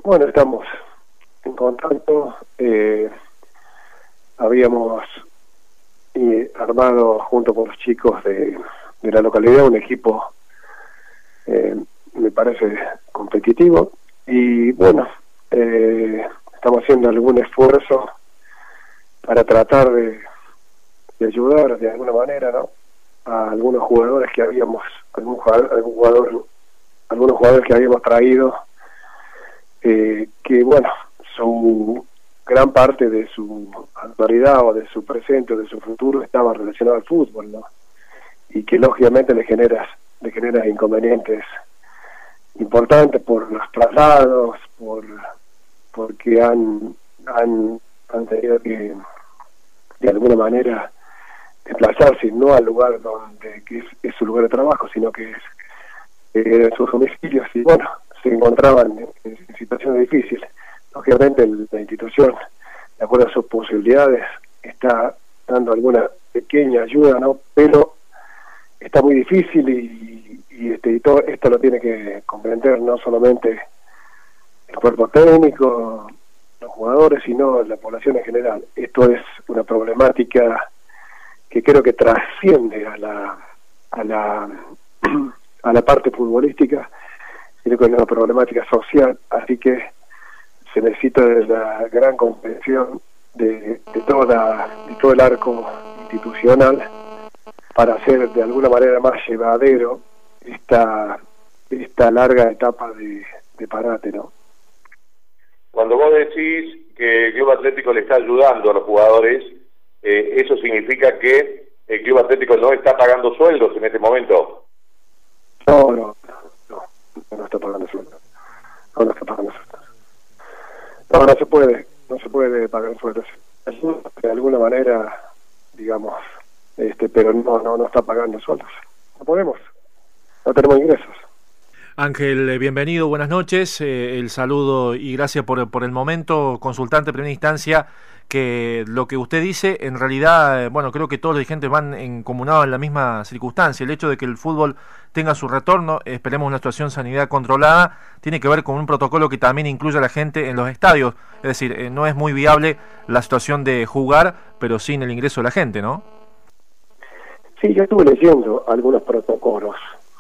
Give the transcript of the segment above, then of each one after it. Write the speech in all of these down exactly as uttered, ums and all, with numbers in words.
Bueno, estamos en contacto. Eh, habíamos eh, armado junto con los chicos de, de la localidad un equipo, eh, me parece, competitivo. Y bueno, eh, estamos haciendo algún esfuerzo para tratar de, de ayudar de alguna manera, ¿no?, a algunos jugadores que habíamos, algún jugador, algún jugador, algunos jugadores que habíamos traído, eh, que bueno, su gran parte de su actualidad o de su presente o de su futuro estaba relacionado al fútbol, ¿no? Y que lógicamente le genera, le genera inconvenientes importantes por los traslados, por porque han, han, han tenido que de alguna manera desplazarse no al lugar donde que es, es su lugar de trabajo, sino que es eh, sus domicilios, y bueno, se encontraban en, en situaciones difíciles. Lógicamente la institución, de acuerdo a sus posibilidades, está dando alguna pequeña ayuda, ¿no?, pero está muy difícil y, y, este, y todo esto lo tiene que comprender no solamente el cuerpo técnico, los jugadores, sino la población en general. Esto es una problemática que creo que trasciende a la a la a la parte futbolística, sino que es una problemática social, así que se necesita de la gran comprensión de, de toda de todo el arco institucional para hacer de alguna manera más llevadero esta esta larga etapa de, de parate, ¿no? Cuando vos decís que el Club Atlético le está ayudando a los jugadores, eh, ¿eso significa que el Club Atlético no está pagando sueldos en este momento? No, no, no, no está pagando sueldos. No, no está pagando sueldos. No, no se puede, no se puede pagar sueldos. De alguna manera, digamos, este, pero no, no, no está pagando sueldos. No podemos, no tenemos ingresos. Ángel, bienvenido, buenas noches, eh, el saludo y gracias por, por el momento. Consultante de primera instancia, que lo que usted dice, en realidad, eh, bueno, creo que todos los dirigentes van encomunados en la misma circunstancia. El hecho de que el fútbol tenga su retorno, esperemos una situación de sanidad controlada, tiene que ver con un protocolo que también incluye a la gente en los estadios. Es decir, eh, no es muy viable la situación de jugar, pero sin el ingreso de la gente, ¿no? Sí, yo estuve leyendo algunos protocolos.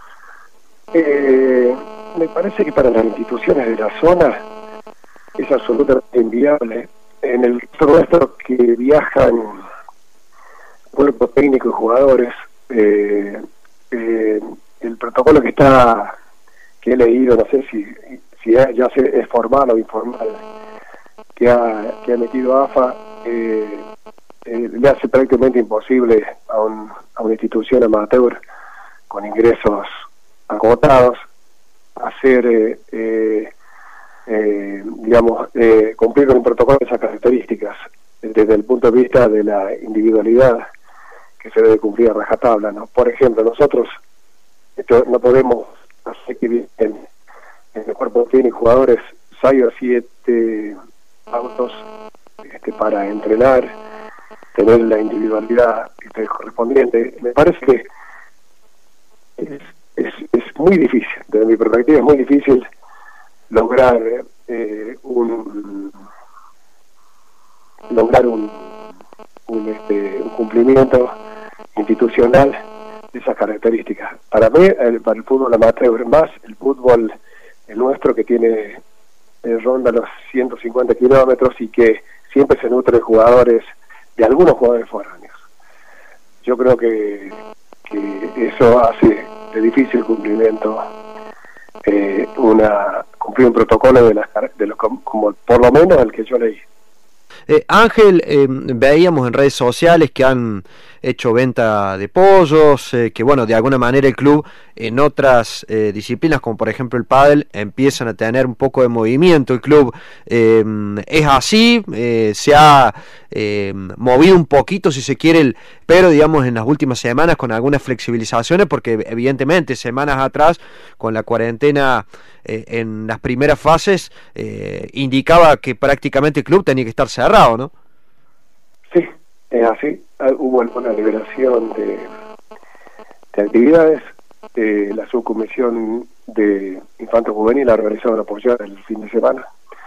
Eh, me parece que para las instituciones de la zona es absolutamente inviable. En el caso nuestro, que viajan cuerpo técnico y jugadores, eh, eh, el protocolo que está que he leído, no sé si si ya es formal o informal, que ha, que ha metido A F A, eh, eh, le hace prácticamente imposible a, un, a una institución amateur con ingresos acotados hacer eh, eh, eh, digamos eh, cumplir con un protocolo de esas características desde el punto de vista de la individualidad que se debe cumplir a rajatabla, ¿no? Por ejemplo, nosotros esto, no podemos hacer que vienen en el cuerpo técnico jugadores seis o siete autos este, para entrenar, tener la individualidad este, correspondiente. Me parece que es Es, es muy difícil, desde mi perspectiva es muy difícil lograr eh, un lograr un un, este, un cumplimiento institucional de esas características. Para mí, el, para el fútbol amateur, más el fútbol el nuestro, que tiene eh, ronda los ciento cincuenta kilómetros y que siempre se nutre de jugadores, de algunos jugadores foráneos. Yo creo que, que eso hace de difícil cumplimiento eh, una cumplir un protocolo de las de los como por lo menos el que yo leí. Eh, Ángel, eh, veíamos en redes sociales que han hecho venta de pollos, eh, que bueno, de alguna manera el club en otras eh, disciplinas, como por ejemplo el pádel, empiezan a tener un poco de movimiento. El club eh, es así, eh, se ha eh, movido un poquito, si se quiere, el, pero digamos en las últimas semanas con algunas flexibilizaciones, porque evidentemente semanas atrás, con la cuarentena eh, en las primeras fases, eh, indicaba que prácticamente el club tenía que estar cerrado, ¿no? Sí, es así. Hubo alguna liberación de, de actividades. Eh, la subcomisión de Infanto Juvenil ha realizado una apoyada el fin de semana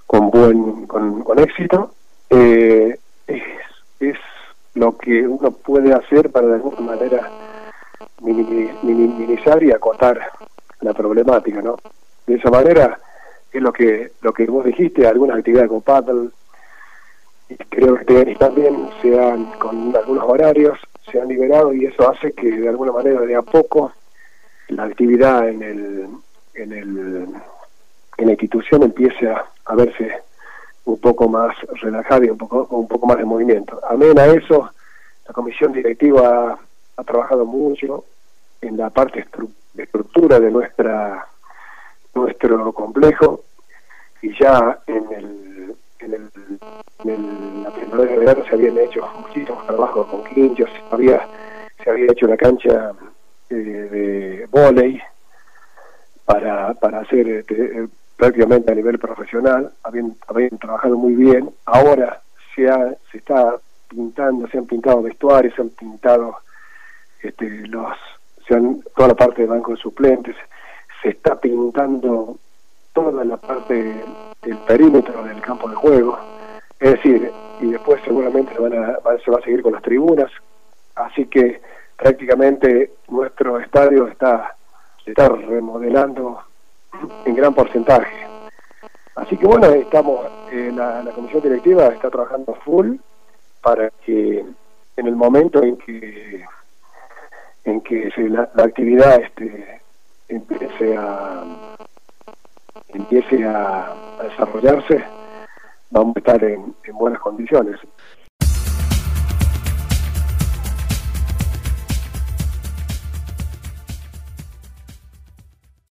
con buen con, con éxito. Eh, es, es lo que uno puede hacer para de alguna manera minimizar y acotar la problemática, ¿no? De esa manera es lo que lo que vos dijiste, algunas actividades con paddle, y creo que tenis también se han, con algunos horarios se han liberado, y eso hace que de alguna manera de a poco la actividad en el en el en la institución empiece a, a verse un poco más relajada y un poco un poco más de movimiento. Amén a eso, la comisión directiva ha, ha trabajado mucho en la parte estru de estructura de nuestra nuestro complejo, y ya en el en, el, en el, la primavera de verano se habían hecho muchísimos trabajos con quinchos, había, se había hecho una cancha eh, de vóley para, para hacer este, prácticamente a nivel profesional. Habían, habían trabajado muy bien. Ahora se, ha, se está pintando, se han pintado vestuarios, se han pintado este, los se han, toda la parte de banco de suplentes, se está pintando toda la parte del perímetro del campo de juego, es decir, y después seguramente se, van a, se va a seguir con las tribunas, así que prácticamente nuestro estadio está se está remodelando en gran porcentaje. Así que bueno, estamos eh, la, la comisión directiva está trabajando full para que en el momento en que en que se, la, la actividad este empiece a empiece a, a desarrollarse, vamos a estar en, en buenas condiciones.